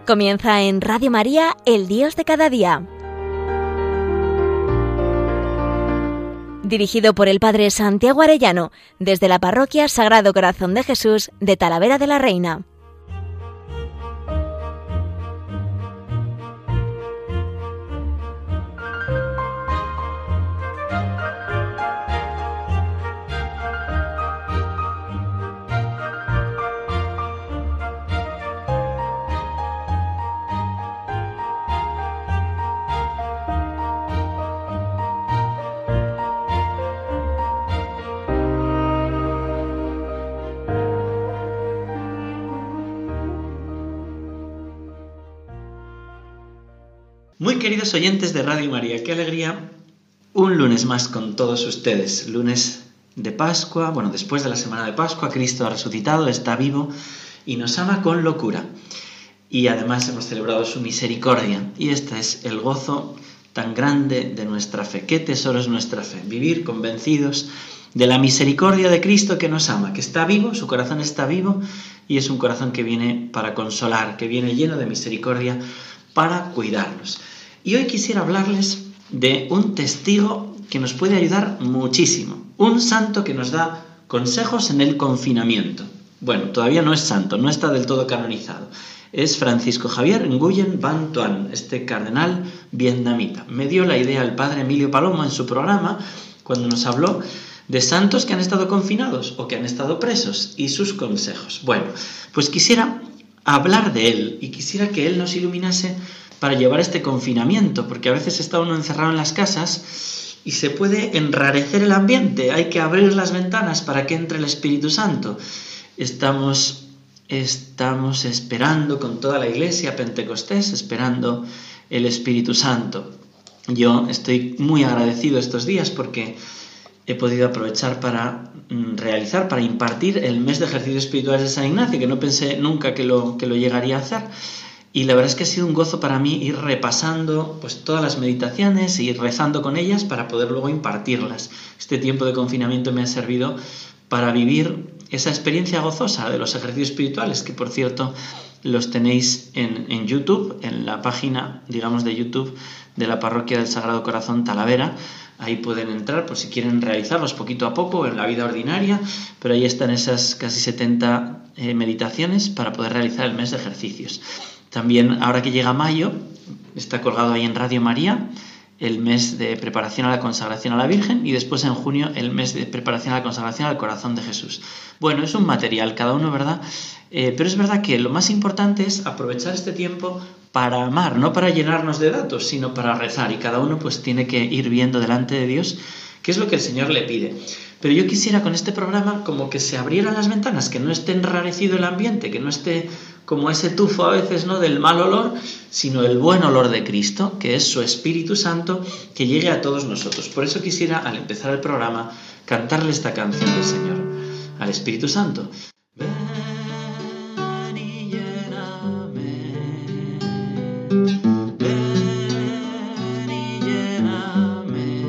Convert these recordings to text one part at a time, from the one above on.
Comienza en Radio María, El Dios de cada día. Dirigido por el Padre Santiago Arellano, desde la Parroquia Sagrado Corazón de Jesús de Talavera de la Reina. Muy queridos oyentes de Radio María, qué alegría un lunes más con todos ustedes. Lunes de Pascua, después de la semana de Pascua, Cristo ha resucitado, está vivo y nos ama con locura. Y además hemos celebrado su misericordia. Y este es el gozo tan grande de nuestra fe. ¿Qué tesoro es nuestra fe? Vivir convencidos de la misericordia de Cristo que nos ama, que está vivo, su corazón está vivo y es un corazón que viene para consolar, que viene lleno de misericordia para cuidarnos. Y hoy quisiera hablarles de un testigo que nos puede ayudar muchísimo, un santo que nos da consejos en el confinamiento. Todavía no es santo, no está del todo canonizado. Es Francisco Javier Nguyen Van Thuan, este cardenal vietnamita. Me dio la idea el padre Emilio Palomo en su programa cuando nos habló de santos que han estado confinados o que han estado presos y sus consejos. Pues quisiera hablar de él y quisiera que él nos iluminase para llevar este confinamiento, porque a veces está uno encerrado en las casas y se puede enrarecer el ambiente, hay que abrir las ventanas para que entre el Espíritu Santo. Estamos esperando con toda la Iglesia Pentecostés, esperando el Espíritu Santo. Yo estoy muy agradecido estos días porque he podido aprovechar para impartir el mes de ejercicios espirituales de San Ignacio, que no pensé nunca que lo llegaría a hacer. Y la verdad es que ha sido un gozo para mí ir repasando todas las meditaciones y ir rezando con ellas para poder luego impartirlas. Este tiempo de confinamiento me ha servido para vivir esa experiencia gozosa de los ejercicios espirituales, que por cierto los tenéis en YouTube, en la página, de YouTube de la Parroquia del Sagrado Corazón Talavera. Ahí pueden entrar por si quieren realizarlos poquito a poco en la vida ordinaria, pero ahí están esas casi 70 meditaciones para poder realizar el mes de ejercicios. También, ahora que llega mayo, está colgado ahí en Radio María el mes de preparación a la consagración a la Virgen y después en junio el mes de preparación a la consagración al Corazón de Jesús. Es un material, cada uno, ¿verdad? Pero es verdad que lo más importante es aprovechar este tiempo para amar, no para llenarnos de datos, sino para rezar. Y cada uno tiene que ir viendo delante de Dios qué es lo que el Señor le pide. Pero yo quisiera con este programa como que se abrieran las ventanas, que no esté enrarecido el ambiente, que no esté como ese tufo a veces, ¿no?, del mal olor, sino el buen olor de Cristo, que es su Espíritu Santo, que llegue a todos nosotros. Por eso quisiera, al empezar el programa, cantarle esta canción del Señor, al Espíritu Santo. Ven y lléname, ven y lléname,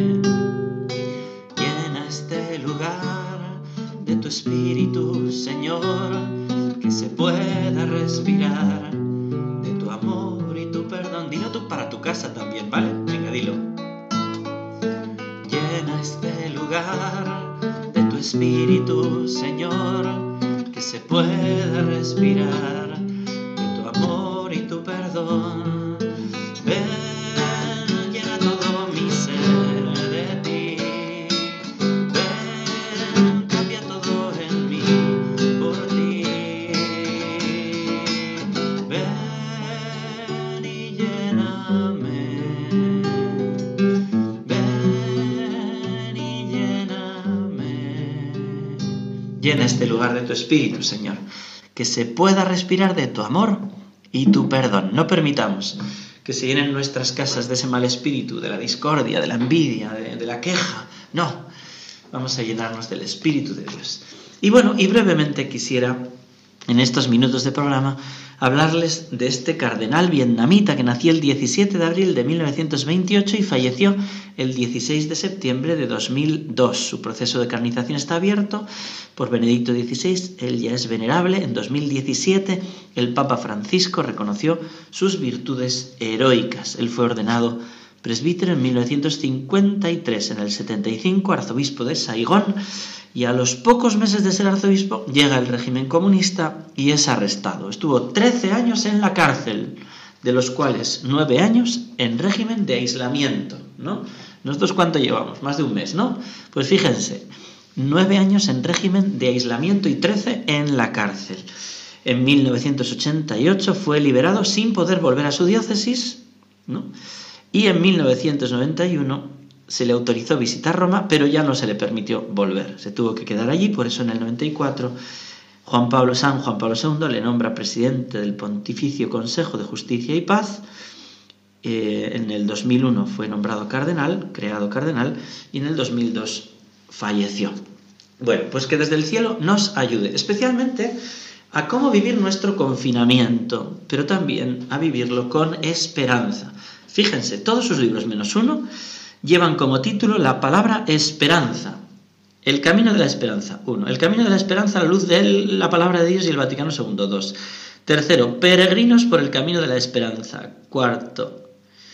llena este lugar de tu Espíritu, Señor, que se pueda respirar de tu amor y tu perdón. Dilo tú para tu casa también, ¿vale? Venga, dilo. Llena este lugar de tu Espíritu, Señor, que se pueda respirar de tu amor y tu perdón. Ven, llena todo mi ser de ti. Ven, cambia todo en mí por ti. Ven y lléname. Ven y lléname. Llena este lugar de tu Espíritu, Señor, que se pueda respirar de tu amor y tu perdón. No permitamos que se llenen nuestras casas de ese mal espíritu, de la discordia, de la envidia, de la queja. No, vamos a llenarnos del Espíritu de Dios. Y brevemente quisiera en estos minutos de programa, hablarles de este cardenal vietnamita que nació el 17 de abril de 1928 y falleció el 16 de septiembre de 2002. Su proceso de canonización está abierto por Benedicto XVI, él ya es venerable. En 2017 el Papa Francisco reconoció sus virtudes heroicas. Él fue ordenado presbítero en 1953, en el 75 arzobispo de Saigón, y a los pocos meses de ser arzobispo llega el régimen comunista y es arrestado. Estuvo 13 años en la cárcel, de los cuales 9 años en régimen de aislamiento, ¿no? ¿Nosotros cuánto llevamos? Más de un mes, ¿no? Pues fíjense, 9 años en régimen de aislamiento y 13 en la cárcel. En 1988 fue liberado sin poder volver a su diócesis, ¿no? Y en 1991 se le autorizó visitar Roma, pero ya no se le permitió volver. Se tuvo que quedar allí, por eso en el 94 San Juan Pablo II le nombra presidente del Pontificio Consejo de Justicia y Paz. En el 2001 fue nombrado cardenal, creado cardenal, y en el 2002 falleció. Bueno, pues que desde el cielo nos ayude, especialmente a cómo vivir nuestro confinamiento, pero también a vivirlo con esperanza. Fíjense, todos sus libros menos uno llevan como título la palabra esperanza. El camino de la esperanza, 1. El camino de la esperanza a la luz de la palabra de Dios y el Vaticano II, 2. Tercero, peregrinos por el camino de la esperanza. 4.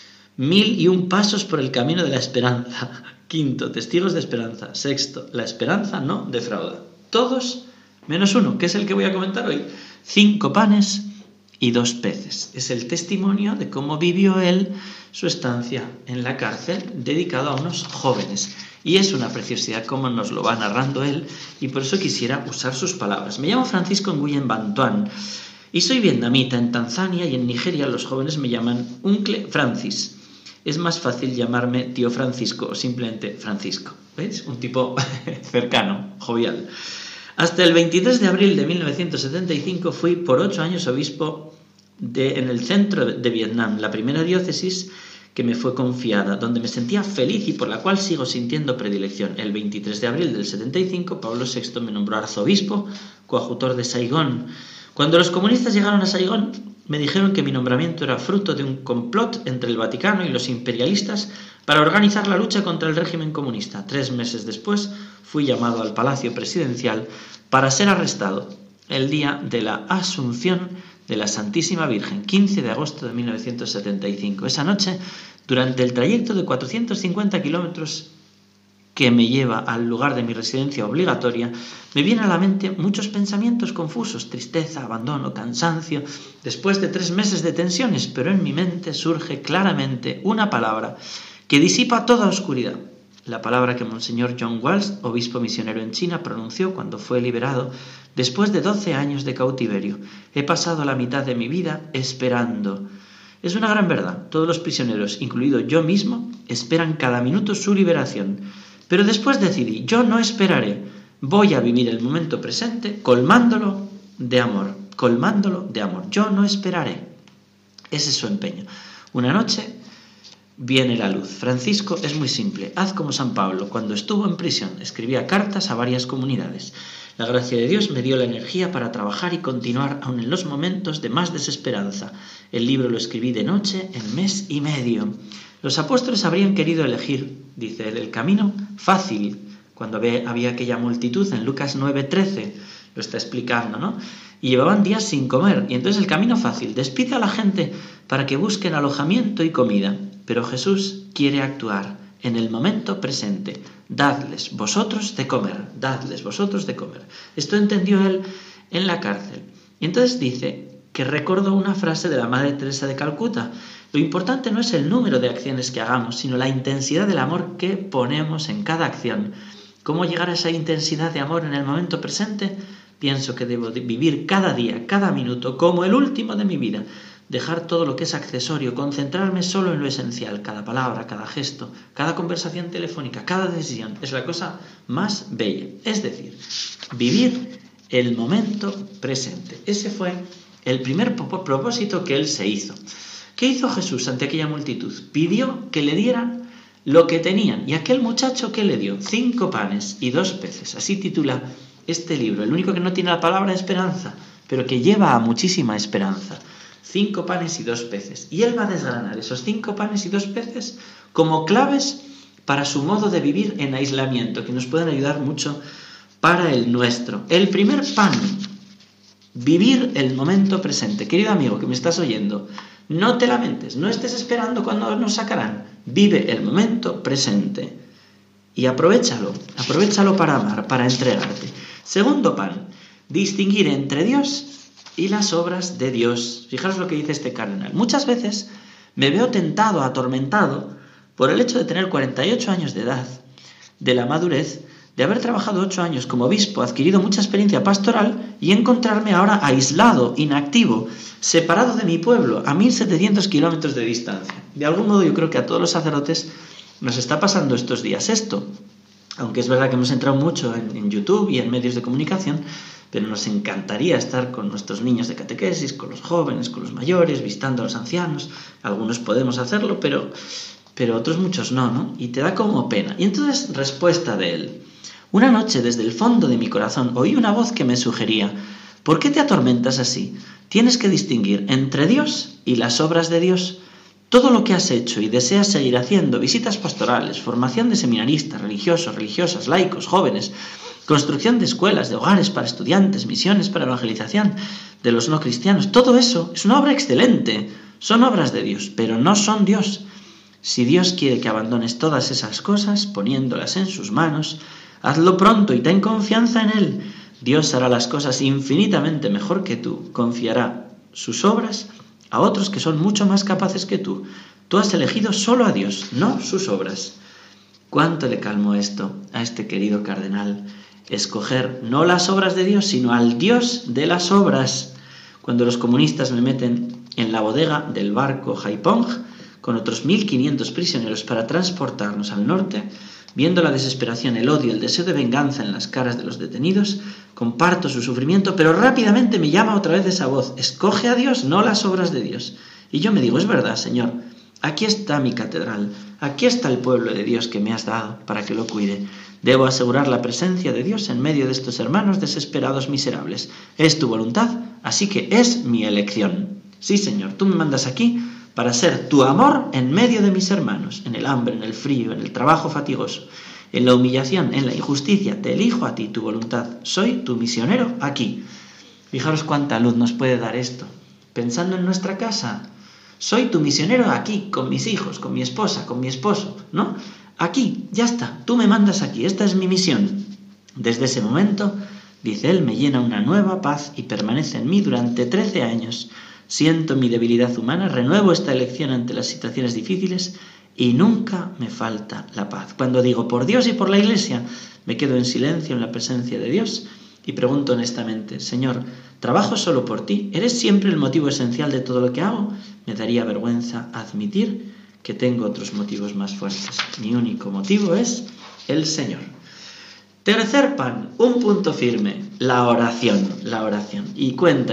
1001 pasos por el camino de la esperanza. 5. Testigos de esperanza. 6. La esperanza no defrauda. Todos menos uno, que es el que voy a comentar hoy. 5 panes y 2 peces. Es el testimonio de cómo vivió él su estancia en la cárcel, dedicado a unos jóvenes. Y es una preciosidad como nos lo va narrando él, y por eso quisiera usar sus palabras. Me llamo Francisco Nguyen Van Tuan y soy vietnamita. En Tanzania y en Nigeria los jóvenes me llaman Uncle Francis. Es más fácil llamarme tío Francisco o simplemente Francisco. ¿Veis? Un tipo cercano, jovial. Hasta el 23 de abril de 1975 fui por 8 años obispo en el centro de Vietnam, la primera diócesis que me fue confiada, donde me sentía feliz y por la cual sigo sintiendo predilección. El 23 de abril del 75, Pablo VI me nombró arzobispo, coadjutor de Saigón. Cuando los comunistas llegaron a Saigón, me dijeron que mi nombramiento era fruto de un complot entre el Vaticano y los imperialistas para organizar la lucha contra el régimen comunista. 3 meses después, fui llamado al Palacio Presidencial para ser arrestado el día de la Asunción de la Santísima Virgen, 15 de agosto de 1975. Esa noche, durante el trayecto de 450 kilómetros que me lleva al lugar de mi residencia obligatoria, me vienen a la mente muchos pensamientos confusos, tristeza, abandono, cansancio, después de 3 meses de tensiones, pero en mi mente surge claramente una palabra que disipa toda oscuridad. La palabra que Monseñor John Walsh, obispo misionero en China, pronunció cuando fue liberado después de 12 años de cautiverio. He pasado la mitad de mi vida esperando. Es una gran verdad. Todos los prisioneros, incluido yo mismo, esperan cada minuto su liberación. Pero después decidí, yo no esperaré. Voy a vivir el momento presente colmándolo de amor. Colmándolo de amor. Yo no esperaré. Ese es su empeño. Una noche viene la luz. Francisco es muy simple. Haz como San Pablo. Cuando estuvo en prisión, escribía cartas a varias comunidades. La gracia de Dios me dio la energía para trabajar y continuar aun en los momentos de más desesperanza. El libro lo escribí de noche en 1.5 meses. Los apóstoles habrían querido elegir, dice él, el camino fácil, cuando había aquella multitud en Lucas 9:13, lo está explicando, ¿no? Y llevaban días sin comer, y entonces el camino fácil, despide a la gente para que busquen alojamiento y comida. Pero Jesús quiere actuar en el momento presente. Dadles vosotros de comer, dadles vosotros de comer. Esto entendió él en la cárcel. Y entonces dice que recordó una frase de la Madre Teresa de Calcuta. Lo importante no es el número de acciones que hagamos, sino la intensidad del amor que ponemos en cada acción. ¿Cómo llegar a esa intensidad de amor en el momento presente? Pienso que debo vivir cada día, cada minuto, como el último de mi vida. Dejar todo lo que es accesorio, concentrarme solo en lo esencial. Cada palabra, cada gesto, cada conversación telefónica, cada decisión es la cosa más bella. Es decir, vivir el momento presente. Ese fue el primer propósito que él se hizo. ¿Qué hizo Jesús ante aquella multitud? Pidió que le dieran lo que tenían. ¿Y aquel muchacho qué le dio? 5 panes y 2 peces. Así titula este libro. El único que no tiene la palabra esperanza. pero que lleva a muchísima esperanza. 5 panes y 2 peces. Y él va a desgranar esos 5 panes y 2 peces como claves para su modo de vivir en aislamiento, que nos pueden ayudar mucho para el nuestro. El primer pan, vivir el momento presente. Querido amigo que me estás oyendo, no te lamentes, no estés esperando cuando nos sacarán. Vive el momento presente y aprovéchalo para amar, para entregarte. Segundo pan, distinguir entre Dios y las obras de Dios. Fijaros lo que dice este cardenal. Muchas veces me veo tentado, atormentado, por el hecho de tener 48 años de edad, de la madurez, de haber trabajado 8 años como obispo, adquirido mucha experiencia pastoral y encontrarme ahora aislado, inactivo, separado de mi pueblo, a 1700 kilómetros de distancia. De algún modo yo creo que a todos los sacerdotes nos está pasando estos días esto, aunque es verdad que hemos entrado mucho en YouTube y en medios de comunicación, pero nos encantaría estar con nuestros niños de catequesis, con los jóvenes, con los mayores, visitando a los ancianos. Algunos podemos hacerlo, pero otros muchos no, y te da como pena. Y entonces, respuesta de él. Una noche, desde el fondo de mi corazón, oí una voz que me sugería: ¿por qué te atormentas así? Tienes que distinguir entre Dios y las obras de Dios. Todo lo que has hecho y deseas seguir haciendo, visitas pastorales, formación de seminaristas, religiosos, religiosas, laicos, jóvenes, construcción de escuelas, de hogares para estudiantes, misiones para evangelización de los no cristianos, todo eso es una obra excelente. Son obras de Dios, pero no son Dios. Si Dios quiere que abandones todas esas cosas, poniéndolas en sus manos, hazlo pronto y ten confianza en Él. Dios hará las cosas infinitamente mejor que tú. Confiará sus obras a otros que son mucho más capaces que tú. Tú has elegido solo a Dios, no sus obras. ¿Cuánto le calmó esto a este querido cardenal? Escoger no las obras de Dios, sino al Dios de las obras. Cuando los comunistas me meten en la bodega del barco Haipong con otros 1500 prisioneros para transportarnos al norte, viendo la desesperación, el odio, el deseo de venganza en las caras de los detenidos, comparto su sufrimiento, pero rápidamente me llama otra vez esa voz: escoge a Dios, no las obras de Dios. Y yo me digo: es verdad, Señor, aquí está mi catedral, aquí está el pueblo de Dios que me has dado para que lo cuide. Debo asegurar la presencia de Dios en medio de estos hermanos desesperados miserables. Es tu voluntad, así que es mi elección. Sí, Señor, tú me mandas aquí para ser tu amor en medio de mis hermanos, en el hambre, en el frío, en el trabajo fatigoso, en la humillación, en la injusticia. Te elijo a ti, tu voluntad. Soy tu misionero aquí. Fijaros cuánta luz nos puede dar esto. Pensando en nuestra casa, soy tu misionero aquí, con mis hijos, con mi esposa, con mi esposo, ¿no? Aquí, ya está, tú me mandas aquí, esta es mi misión. Desde ese momento, dice él, me llena una nueva paz y permanece en mí durante 13 años. Siento mi debilidad humana, renuevo esta elección ante las situaciones difíciles y nunca me falta la paz. Cuando digo por Dios y por la Iglesia, me quedo en silencio en la presencia de Dios y pregunto honestamente: Señor, ¿trabajo solo por ti? ¿Eres siempre el motivo esencial de todo lo que hago? Me daría vergüenza admitir que tengo otros motivos más fuertes. Mi único motivo es el Señor. Tercer pan, un punto firme, la oración. Y cuenta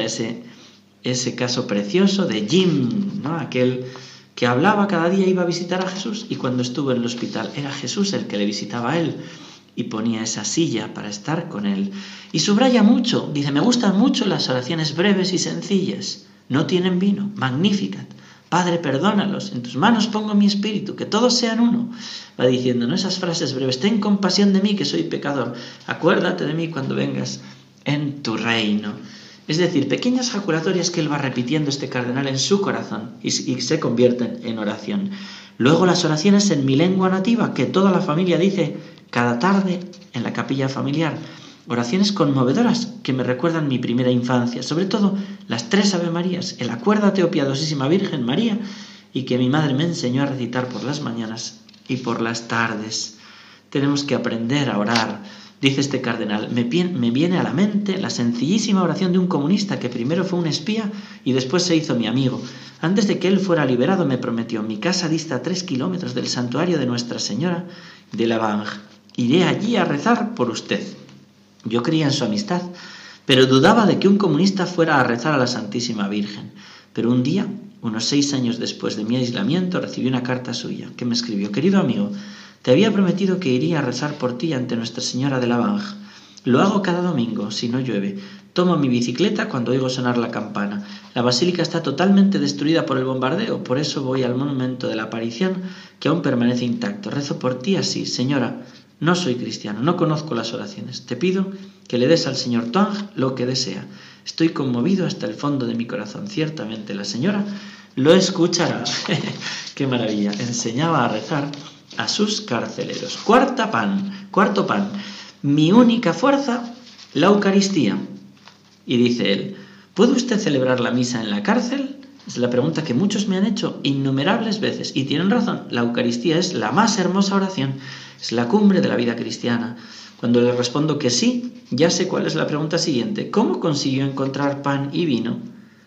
ese caso precioso de Jim, ¿no? Aquel que hablaba cada día, iba a visitar a Jesús, y cuando estuvo en el hospital era Jesús el que le visitaba a él y ponía esa silla para estar con él. Y subraya mucho, dice: me gustan mucho las oraciones breves y sencillas. No tienen vino, Magnificat. Padre, perdónalos, en tus manos pongo mi espíritu, que todos sean uno. Va diciendo, ¿no?, esas frases breves: ten compasión de mí, que soy pecador. Acuérdate de mí cuando vengas en tu reino. Es decir, pequeñas jaculatorias que él va repitiendo, este cardenal, en su corazón y se convierten en oración. Luego las oraciones en mi lengua nativa, que toda la familia dice cada tarde en la capilla familiar. Oraciones conmovedoras que me recuerdan mi primera infancia, sobre todo las 3 Ave Marías, el Acuérdate, oh piadosísima Virgen María, y que mi madre me enseñó a recitar por las mañanas y por las tardes. Tenemos que aprender a orar. Dice este cardenal: me viene a la mente la sencillísima oración de un comunista que primero fue un espía y después se hizo mi amigo. Antes de que él fuera liberado me prometió: mi casa dista 3 kilómetros del santuario de Nuestra Señora de la Vange. Iré allí a rezar por usted. Yo creía en su amistad, pero dudaba de que un comunista fuera a rezar a la Santísima Virgen. Pero un día, unos 6 años después de mi aislamiento, recibí una carta suya que me escribió: querido amigo, te había prometido que iría a rezar por ti ante Nuestra Señora de la Vange. Lo hago cada domingo, si no llueve, Tomo mi bicicleta cuando oigo sonar la campana. La basílica está totalmente destruida por el bombardeo, por eso voy al monumento de la aparición, que aún permanece intacto. Rezo por ti así, señora. No soy cristiano, no conozco las oraciones. Te pido que le des al señor Twang lo que desea. Estoy conmovido hasta el fondo de mi corazón. Ciertamente la señora lo escuchará. ¡Qué maravilla! Enseñaba a rezar a sus carceleros. Cuarto pan. Mi única fuerza, la Eucaristía. Y dice él, ¿puede usted celebrar la misa en la cárcel? Es la pregunta que muchos me han hecho innumerables veces. Y tienen razón, la Eucaristía es la más hermosa oración, es la cumbre de la vida cristiana. Cuando le respondo que sí, ya sé cuál es la pregunta siguiente. ¿Cómo consiguió encontrar pan y vino?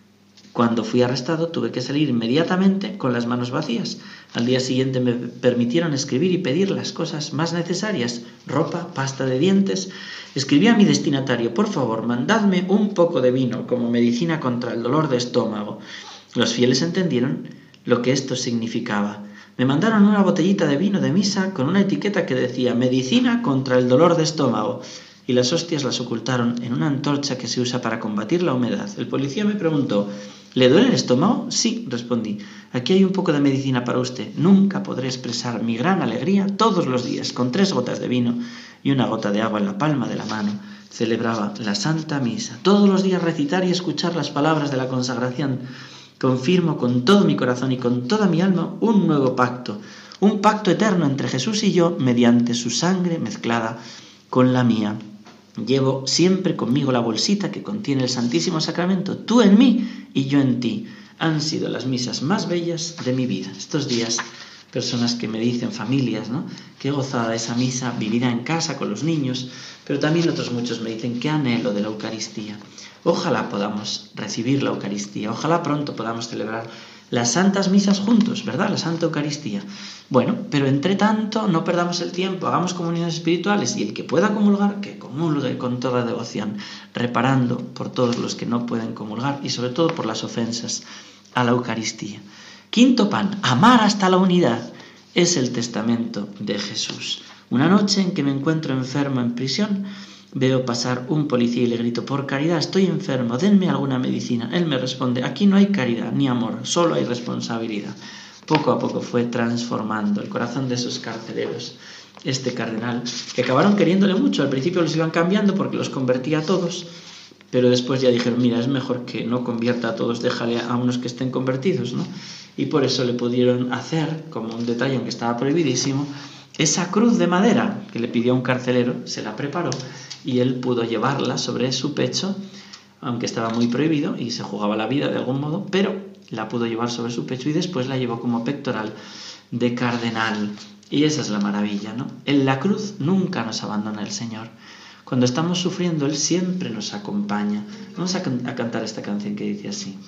Cuando fui arrestado tuve que salir inmediatamente con las manos vacías. Al día siguiente me permitieron escribir y pedir las cosas más necesarias, ropa, pasta de dientes. Escribí a mi destinatario, por favor, mandadme un poco de vino como medicina contra el dolor de estómago. Los fieles entendieron lo que esto significaba. Me mandaron una botellita de vino de misa con una etiqueta que decía medicina contra el dolor de estómago. Y las hostias las ocultaron en una antorcha que se usa para combatir la humedad. El policía me preguntó, ¿le duele el estómago? Sí, respondí. Aquí hay un poco de medicina para usted. Nunca podré expresar mi gran alegría todos los días, con 3 gotas de vino y una gota de agua en la palma de la mano. Celebraba la Santa Misa. Todos los días recitar y escuchar las palabras de la consagración. Confirmo con todo mi corazón y con toda mi alma un nuevo pacto. Un pacto eterno entre Jesús y yo mediante su sangre mezclada con la mía. Llevo siempre conmigo la bolsita que contiene el Santísimo Sacramento, tú en mí y yo en ti. Han sido las misas más bellas de mi vida. Estos días, personas que me dicen, familias, ¿no? Qué gozada esa misa vivida en casa con los niños, pero también otros muchos me dicen, qué anhelo de la Eucaristía. Ojalá podamos recibir la Eucaristía, ojalá pronto podamos celebrar las santas misas juntos, ¿verdad? La Santa Eucaristía. Bueno, pero entre tanto no perdamos el tiempo, hagamos comuniones espirituales y el que pueda comulgar, que comulgue con toda devoción, reparando por todos los que no pueden comulgar y sobre todo por las ofensas a la Eucaristía. Quinto pan, amar hasta la unidad, es el testamento de Jesús. Una noche en que me encuentro enfermo en prisión, veo pasar un policía y le grito, por caridad, estoy enfermo, denme alguna medicina. Él me responde, aquí no hay caridad ni amor, solo hay responsabilidad. Poco a poco fue transformando el corazón de esos carceleros. Este cardenal, que acabaron queriéndole mucho, al principio los iban cambiando porque los convertía a todos, pero después ya dijeron, mira, es mejor que no convierta a todos, déjale a unos que estén convertidos, ¿no? Y por eso le pudieron hacer, como un detalle, aunque estaba prohibidísimo, esa cruz de madera que le pidió a un carcelero, se la preparó y él pudo llevarla sobre su pecho, aunque estaba muy prohibido y se jugaba la vida de algún modo, pero la pudo llevar sobre su pecho y después la llevó como pectoral de cardenal. Y esa es la maravilla, ¿no? En la cruz nunca nos abandona el Señor. Cuando estamos sufriendo, Él siempre nos acompaña. Vamos a cantar esta canción que dice así.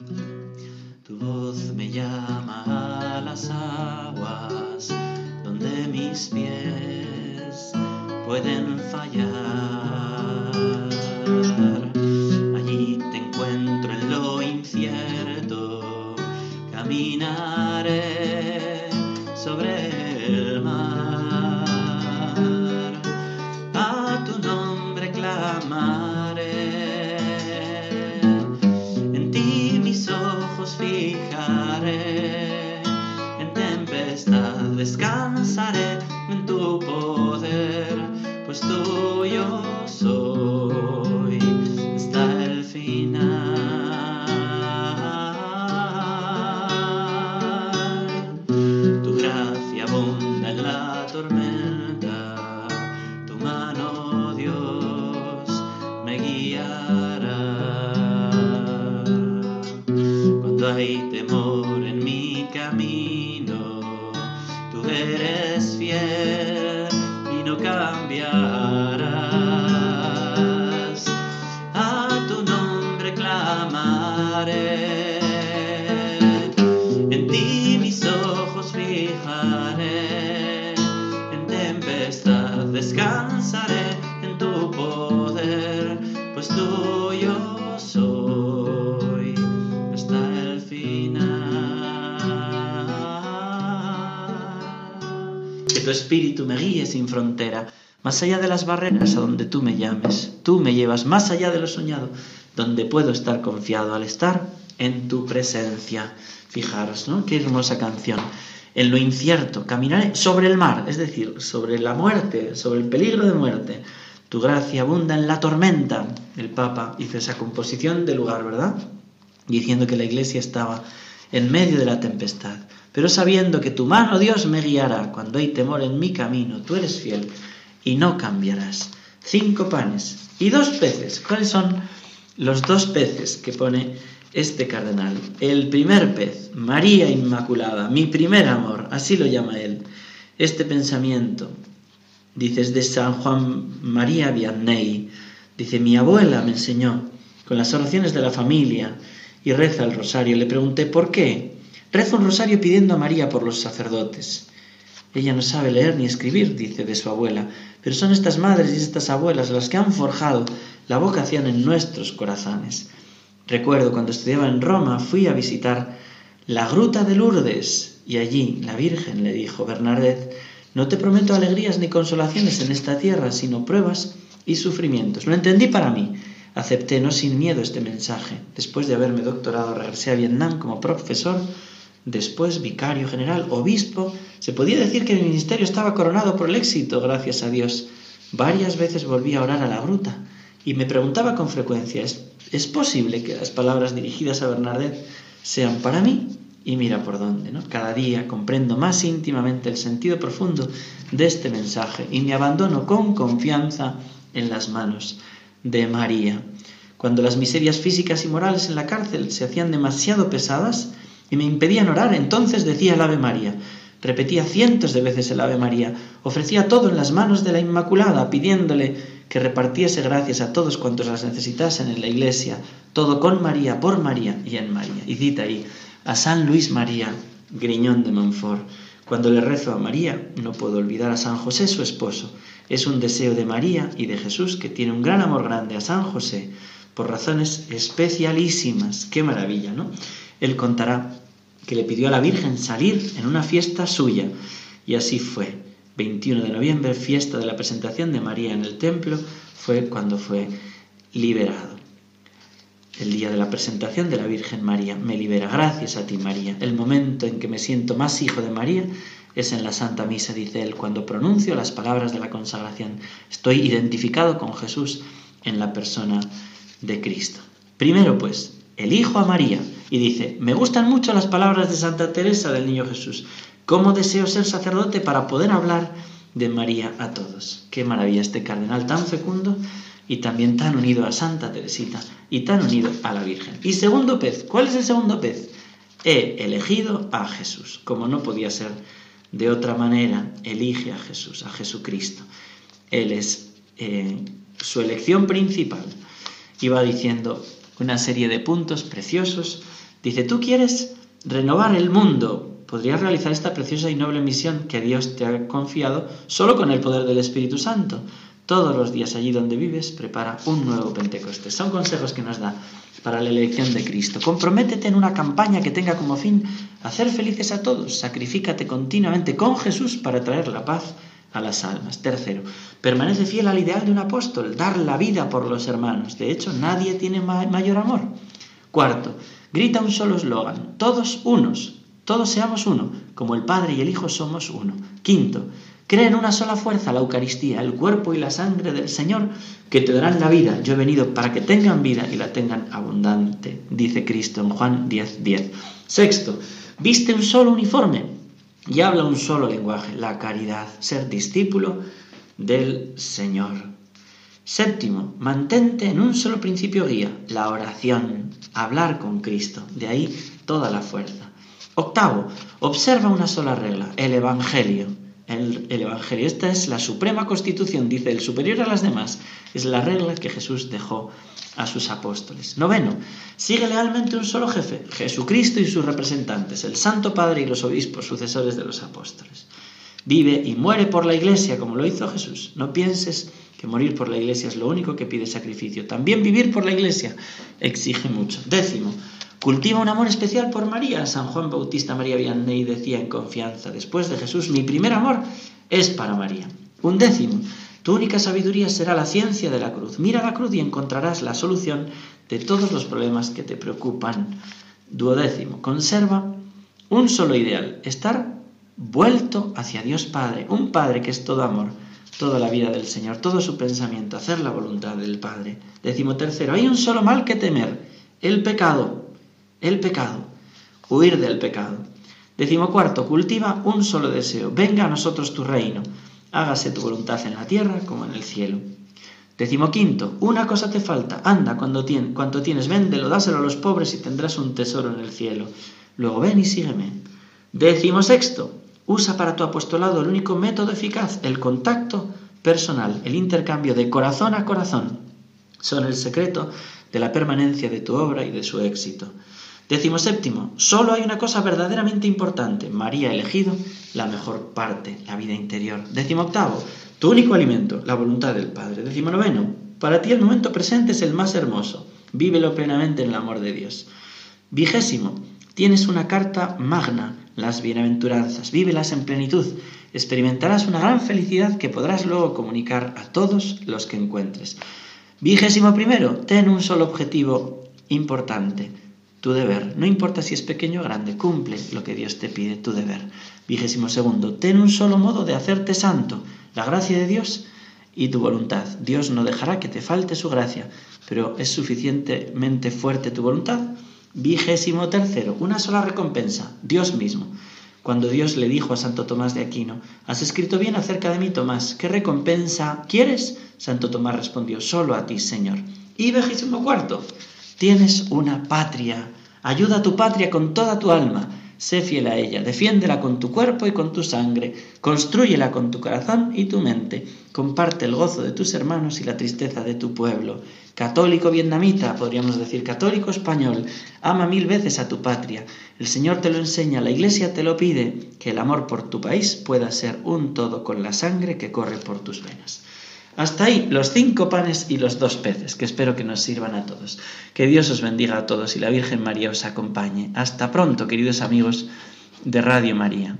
Tu voz me llama a las aguas, donde mis pies pueden fallar. Allí te encuentro en lo incierto, caminaré sobre el mar. A tu nombre clamaré, en ti mis ojos fijaré, en tempestad descansaré en tu poder, pues tuyo soy hasta el final. Tu gracia abunda en la tormenta, tu mano, Dios, me guiará. Cuando hay temor en mi camino, tú eres fiel y no cambiarás. A tu nombre clamaré, en ti mis ojos fijaré, en tempestad descansaré en tu poder, pues tuyo soy hasta el final. Que tu espíritu me guíe sin frontera, más allá de las barreras a donde tú me llames. Tú me llevas más allá de lo soñado, donde puedo estar confiado al estar en tu presencia. Fijaros, ¿no? Qué hermosa canción. En lo incierto caminaré sobre el mar, es decir, sobre la muerte, sobre el peligro de muerte. Tu gracia abunda en la tormenta. El Papa hizo esa composición del lugar, ¿verdad? Diciendo que la Iglesia estaba en medio de la tempestad, pero sabiendo que tu mano, Dios, me guiará. Cuando hay temor en mi camino, tú eres fiel y no cambiarás. 5 panes y 2 peces. ¿Cuáles son los 2 peces que pone este cardenal? El primer pez, María Inmaculada, mi primer amor, así lo llama él. Este pensamiento, dice, es de San Juan María Vianney. Dice, mi abuela me enseñó con las oraciones de la familia y reza el rosario. Le pregunté, ¿por qué? Rezo un rosario pidiendo a María por los sacerdotes. Ella no sabe leer ni escribir, dice de su abuela, pero son estas madres y estas abuelas las que han forjado la vocación en nuestros corazones. Recuerdo cuando estudiaba en Roma, fui a visitar la gruta de Lourdes y allí la Virgen le dijo, Bernadette, no te prometo alegrías ni consolaciones en esta tierra, sino pruebas y sufrimientos. Lo entendí para mí. Acepté no sin miedo este mensaje. Después de haberme doctorado, regresé a Vietnam como profesor, después vicario general, obispo. Se podía decir que mi ministerio estaba coronado por el éxito, gracias a Dios. Varias veces volví a orar a la gruta y me preguntaba con frecuencia, ¿es posible que las palabras dirigidas a Bernadette sean para mí? Y mira por dónde, ¿no? Cada día comprendo más íntimamente el sentido profundo de este mensaje y me abandono con confianza en las manos de María. Cuando las miserias físicas y morales en la cárcel se hacían demasiado pesadas y me impedían orar, entonces decía el Ave María. Repetía cientos de veces el Ave María. Ofrecía todo en las manos de la Inmaculada, pidiéndole que repartiese gracias a todos cuantos las necesitasen en la Iglesia. Todo con María, por María y en María. Y cita ahí a San Luis María Griñón de Montfort. Cuando le rezo a María, no puedo olvidar a San José, su esposo. Es un deseo de María y de Jesús, que tiene un gran amor grande a San José, por razones especialísimas. ¡Qué maravilla!, ¿no? Él contará que le pidió a la Virgen salir en una fiesta suya, y así fue. 21 de noviembre, fiesta de la presentación de María en el templo, fue cuando fue liberado. El día de la presentación de la Virgen María me libera. Gracias a ti, María. El momento en que me siento más hijo de María es en la Santa Misa, dice él, cuando pronuncio las palabras de la consagración. Estoy identificado con Jesús en la persona de Cristo. Primero, pues, elijo a María. Y dice, me gustan mucho las palabras de Santa Teresa del Niño Jesús. ¿Cómo deseo ser sacerdote para poder hablar de María a todos? Qué maravilla este cardenal tan fecundo y también tan unido a Santa Teresita y tan unido a la Virgen. Y segundo pez, ¿cuál es el segundo pez? He elegido a Jesús. Como no podía ser de otra manera, elige a Jesús, a Jesucristo. Él es su elección principal. Y va diciendo una serie de puntos preciosos. Dice, tú quieres renovar el mundo. Podrías realizar esta preciosa y noble misión que Dios te ha confiado solo con el poder del Espíritu Santo. Todos los días allí donde vives, prepara un nuevo Pentecostés. Son consejos que nos da para la elección de Cristo. Comprométete en una campaña que tenga como fin hacer felices a todos. Sacrifícate continuamente con Jesús para traer la paz a las almas. Tercero, permanece fiel al ideal de un apóstol, dar la vida por los hermanos. De hecho, nadie tiene mayor amor. Cuarto, grita un solo eslogan, todos unos, todos seamos uno, como el Padre y el Hijo somos uno. Quinto, cree en una sola fuerza, la Eucaristía, el cuerpo y la sangre del Señor, que te darán la vida. Yo he venido para que tengan vida y la tengan abundante, dice Cristo en Juan 10:10. Sexto, viste un solo uniforme y habla un solo lenguaje, la caridad, ser discípulo del Señor. Séptimo, mantente en un solo principio guía, la oración, hablar con Cristo, de ahí toda la fuerza. Octavo, observa una sola regla, el Evangelio. El Evangelio, esta es la suprema constitución, dice el superior a las demás, es la regla que Jesús dejó a sus apóstoles. Noveno, sigue lealmente un solo jefe, Jesucristo y sus representantes, el Santo Padre y los obispos, sucesores de los apóstoles. Vive y muere por la Iglesia como lo hizo Jesús. No pienses que morir por la Iglesia es lo único que pide sacrificio. También vivir por la Iglesia exige mucho. Décimo, cultiva un amor especial por María. San Juan Bautista María Vianney decía en confianza, después de Jesús, mi primer amor es para María. Undécimo, Tu única sabiduría será la ciencia de la cruz. Mira la cruz y encontrarás la solución de todos los problemas que te preocupan. 12. Conserva un solo ideal, estar vuelto hacia Dios Padre, un Padre que es todo amor, toda la vida del Señor, todo su pensamiento, hacer la voluntad del Padre. 13. Hay un solo mal que temer, el pecado, huir del pecado. 14. Cultiva un solo deseo, venga a nosotros tu reino, hágase tu voluntad en la tierra como en el cielo. 15. Una cosa te falta, anda, cuanto tienes, véndelo, dáselo a los pobres y tendrás un tesoro en el cielo. Luego ven y sígueme. 16. Usa para tu apostolado el único método eficaz, el contacto personal, el intercambio de corazón a corazón. Son el secreto de la permanencia de tu obra y de su éxito. 17. Solo hay una cosa verdaderamente importante. María ha elegido la mejor parte, la vida interior. 18. Tu único alimento, la voluntad del Padre. 19. Para ti el momento presente es el más hermoso. Vívelo plenamente en el amor de Dios. 20. Tienes una carta magna, las bienaventuranzas. Vívelas en plenitud. Experimentarás una gran felicidad que podrás luego comunicar a todos los que encuentres. 21. Ten un solo objetivo importante. Tu deber, no importa si es pequeño o grande, cumple lo que Dios te pide, tu deber. 22. Ten un solo modo de hacerte santo, la gracia de Dios y tu voluntad. Dios no dejará que te falte su gracia, pero ¿es suficientemente fuerte tu voluntad? 23. Una sola recompensa, Dios mismo. Cuando Dios le dijo a Santo Tomás de Aquino, «Has escrito bien acerca de mí, Tomás, ¿qué recompensa quieres?» Santo Tomás respondió, «Solo a ti, Señor». Y 24. Tienes una patria. Ayuda a tu patria con toda tu alma. Sé fiel a ella. Defiéndela con tu cuerpo y con tu sangre. Constrúyela con tu corazón y tu mente. Comparte el gozo de tus hermanos y la tristeza de tu pueblo. Católico vietnamita, podríamos decir católico español, ama 1000 veces a tu patria. El Señor te lo enseña, la Iglesia te lo pide, que el amor por tu país pueda ser un todo con la sangre que corre por tus venas. Hasta ahí los 5 panes y los 2 peces, que espero que nos sirvan a todos. Que Dios os bendiga a todos y la Virgen María os acompañe. Hasta pronto, queridos amigos de Radio María.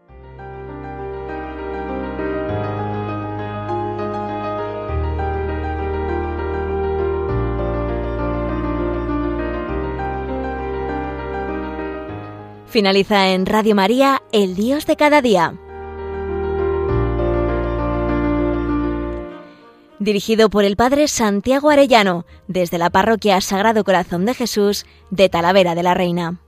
Finaliza en Radio María, El Dios de cada día. Dirigido por el Padre Santiago Arellano, desde la Parroquia Sagrado Corazón de Jesús de Talavera de la Reina.